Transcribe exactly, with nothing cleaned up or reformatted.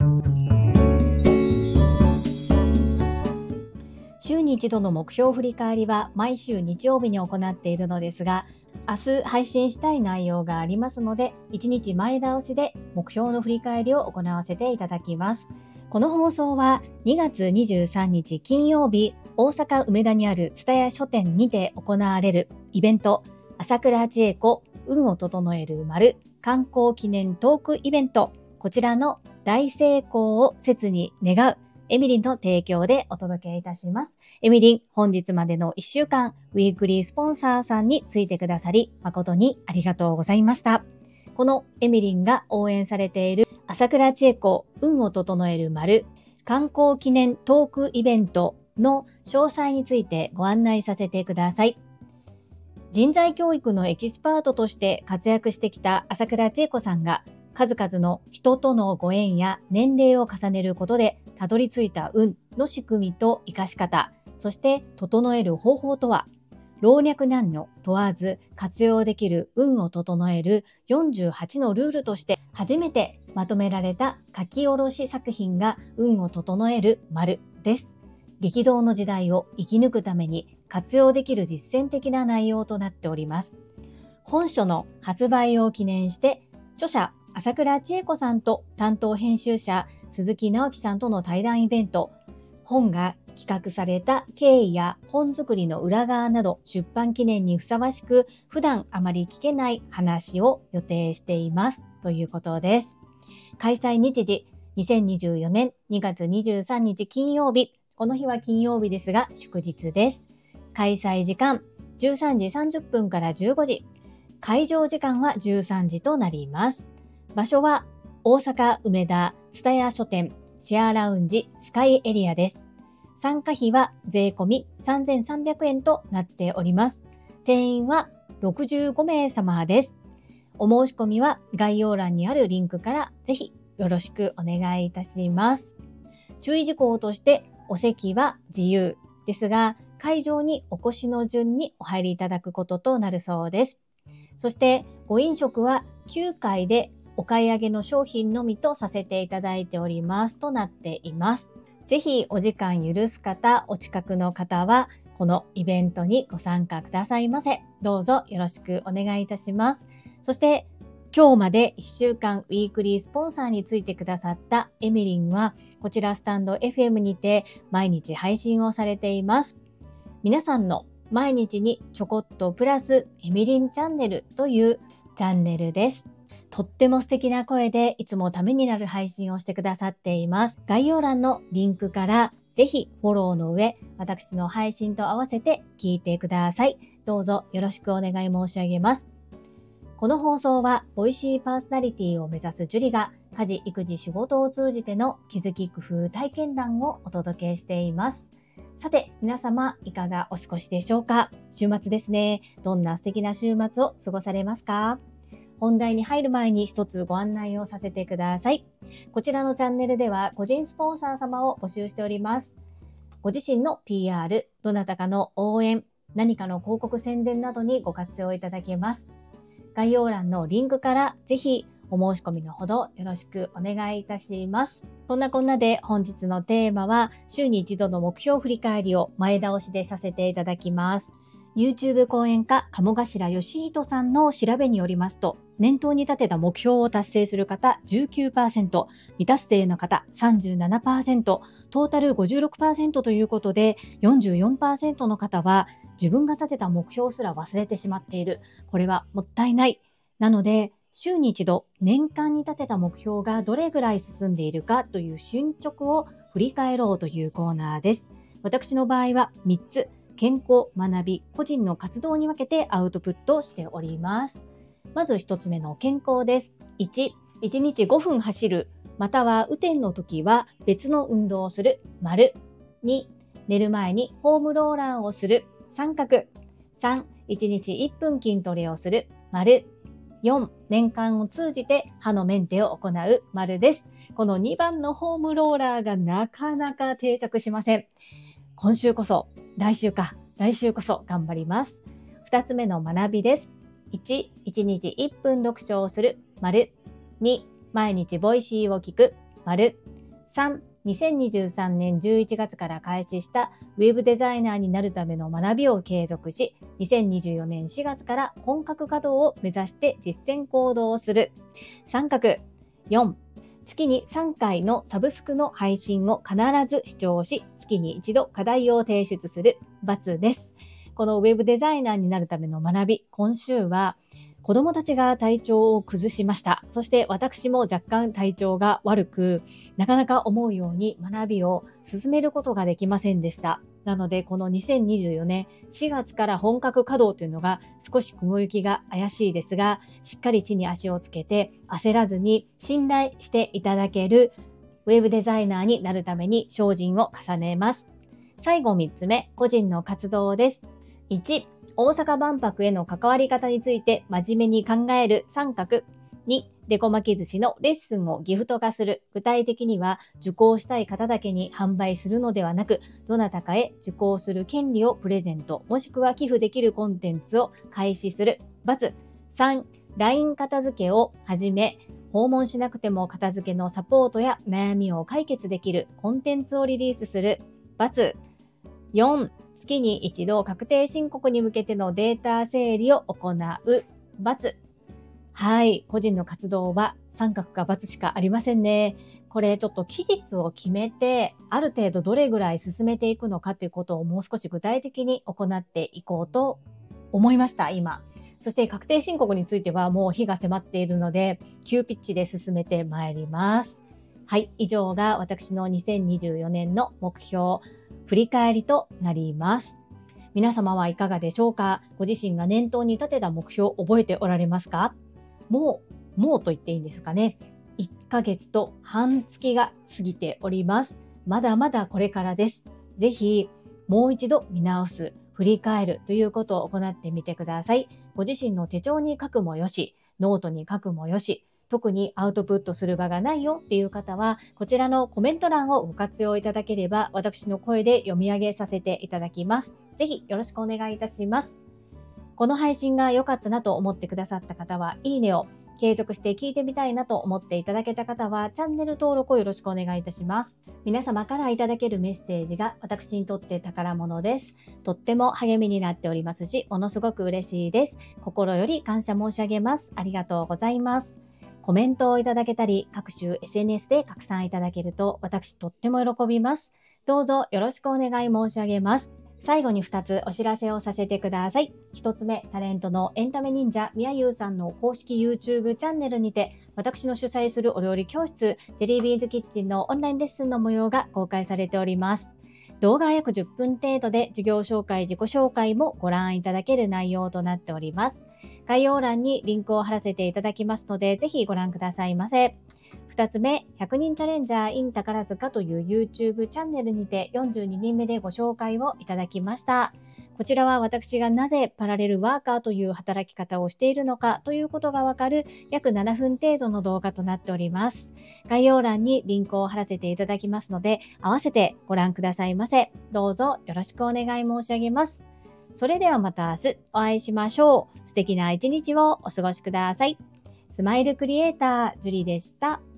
週に一度の目標振り返りは毎週日曜日に行っているのですが、明日配信したい内容がありますので、いちにちまえ倒しで目標の振り返りを行わせていただきます。この放送はにがつにじゅうさんにち金曜日、大阪梅田にある蔦屋書店にて行われるイベント、朝倉千恵子運を整える丸観光記念トークイベント、こちらの大成功を切に願うエミリンの提供でお届けいたします。エミリン、本日までのいっしゅうかん、ウィークリースポンサーさんについてくださり、誠にありがとうございました。このエミリンが応援されている朝倉千恵子運を整える丸観光記念トークイベントの詳細についてご案内させてください。人材教育のエキスパートとして活躍してきた朝倉千恵子さんが、数々の人とのご縁や年齢を重ねることでたどり着いた運の仕組みと活かし方、そして整える方法とは、老若男女問わず活用できる運を整えるよんじゅうはちのルールとして初めてまとめられた書き下ろし作品が運を整える丸です。激動の時代を生き抜くために活用できる実践的な内容となっております。本書の発売を記念して、著者朝倉千恵子さんと担当編集者鈴木直樹さんとの対談イベント、本が企画された経緯や本作りの裏側など出版記念にふさわしく、普段あまり聞けない話を予定していますということです。開催日時にせんにじゅうよねんにがつにじゅうさんにち金曜日、この日は金曜日ですが祝日です。開催時間じゅうさんじさんじゅっぷんからじゅうごじ、会場時間はじゅうさんじとなります。場所は大阪梅田蔦屋書店シェアラウンジスカイエリアです。参加費は税込みさんぜんさんびゃくえんとなっております。定員はろくじゅうごめいさまです。お申し込みは概要欄にあるリンクからぜひよろしくお願いいたします。注意事項として、お席は自由ですが、会場にお越しの順にお入りいただくこととなるそうです。そしてご飲食はきゅうかいでお買い上げの商品のみとさせていただいておりますとなっています。ぜひお時間許す方、お近くの方はこのイベントにご参加くださいませ。どうぞよろしくお願いいたします。そして今日までいっしゅうかんウィークリースポンサーについてくださったエミリンは、こちらスタンド エフエム にて毎日配信をされています。皆さんの毎日にちょこっとプラスエミリンチャンネルというチャンネルです。とっても素敵な声でいつもためになる配信をしてくださっています。概要欄のリンクからぜひフォローの上、私の配信と合わせて聞いてください。どうぞよろしくお願い申し上げます。この放送はボイシーパーソナリティを目指すジュリが家事・育児・仕事を通じての気づき・工夫・体験談をお届けしています。さて皆様いかがお過ごしでしょうか。週末ですね。どんな素敵な週末を過ごされますか。本題に入る前に一つご案内をさせてください。こちらのチャンネルでは個人スポンサー様を募集しております。ご自身の ピーアール、どなたかの応援、何かの広告宣伝などにご活用いただけます。概要欄のリンクからぜひお申し込みのほどよろしくお願いいたします。そんなこんなで本日のテーマは週に一度の目標振り返りを前倒しでさせていただきます。YouTube 講演家鴨頭義人さんの調べによりますと、念頭に立てた目標を達成する方 じゅうきゅうパーセント、未達成の方 さんじゅうななパーセント、トータル ごじゅうろくパーセント ということで、よんじゅうよんパーセント の方は自分が立てた目標すら忘れてしまっている。これはもったいない。なので、週に一度年間に立てた目標がどれぐらい進んでいるかという進捗を振り返ろうというコーナーです。私の場合はみっつ、健康、学び、個人の活動に分けてアウトプットしております。まず一つ目の健康です。いち、いちにちごふん走る、または雨天の時は別の運動をする、丸。に、寝る前にホームローラーをする、三角。さん、いちにちいっぷん筋トレをする、丸。よん、年間を通じて歯のメンテを行う、丸です。このにばんのホームローラーがなかなか定着しません。今週こそ、来週か、来週こそ頑張ります。ふたつめの学びです。いち、いちにちいっぷん読書をする、丸。に、毎日ボイシーを聞く、丸。 さん、にせんにじゅうさんねんじゅういちがつから開始したウェブデザイナーになるための学びを継続し、にせんにじゅうよねんしがつから本格稼働を目指して実践行動をする。三角。よん、月にさんかいのサブスクの配信を必ず視聴し、月に一度課題を提出する。×です。このウェブデザイナーになるための学び、今週は子供たちが体調を崩しました。そして私も若干体調が悪く、なかなか思うように学びを進めることができませんでした。なのでこのにせんにじゅうよねんしがつから本格稼働というのが少し雲行きが怪しいですが、しっかり地に足をつけて焦らずに信頼していただけるウェブデザイナーになるために精進を重ねます。最後みっつめ、個人の活動です。いち、大阪万博への関わり方について真面目に考える。三角。に、デコ巻き寿司のレッスンをギフト化する。具体的には受講したい方だけに販売するのではなく、どなたかへ受講する権利をプレゼント、もしくは寄付できるコンテンツを開始する。×。さん、ライン 片付けをはじめ、訪問しなくても片付けのサポートや悩みを解決できるコンテンツをリリースする。×。よん、月に一度確定申告に向けてのデータ整理を行う。×。はい。個人の活動は三角か×しかありませんね。これちょっと期日を決めて、ある程度どれぐらい進めていくのかということをもう少し具体的に行っていこうと思いました、今。そして確定申告についてはもう日が迫っているので、急ピッチで進めてまいります。はい。以上が私のにせんにじゅうよねんの目標、振り返りとなります。皆様はいかがでしょうか？ご自身が念頭に立てた目標を覚えておられますか？もう、もうと言っていいんですかね。いっかげつと半月が過ぎております。まだまだこれからです。ぜひ、もう一度見直す、振り返るということを行ってみてください。ご自身の手帳に書くもよし、ノートに書くもよし、特にアウトプットする場がないよっていう方は、こちらのコメント欄をご活用いただければ、私の声で読み上げさせていただきます。ぜひよろしくお願いいたします。この配信が良かったなと思ってくださった方は、いいねを、継続して聞いてみたいなと思っていただけた方は、チャンネル登録をよろしくお願いいたします。皆様からいただけるメッセージが私にとって宝物です。とっても励みになっておりますし、ものすごく嬉しいです。心より感謝申し上げます。ありがとうございます。コメントをいただけたり、各種 エスエヌエス で拡散いただけると、私とっても喜びます。どうぞよろしくお願い申し上げます。最後にふたつお知らせをさせてください。ひとつめ、タレントのエンタメ忍者みやゆうさんの公式 YouTube チャンネルにて、私の主催するお料理教室、ジェリービーンズキッチンのオンラインレッスンの模様が公開されております。動画は約じゅっぷん程度で、授業紹介、自己紹介もご覧いただける内容となっております。概要欄にリンクを貼らせていただきますので、ぜひご覧くださいませ。二つ目、ひゃくにんチャレンジャー in 宝塚という YouTube チャンネルにてよんじゅうににんめでご紹介をいただきました。こちらは私がなぜパラレルワーカーという働き方をしているのかということがわかる約ななふん程度の動画となっております。概要欄にリンクを貼らせていただきますので、合わせてご覧くださいませ。どうぞよろしくお願い申し上げます。それではまた明日お会いしましょう。素敵な一日をお過ごしください。スマイルクリエイター、ジュリでした。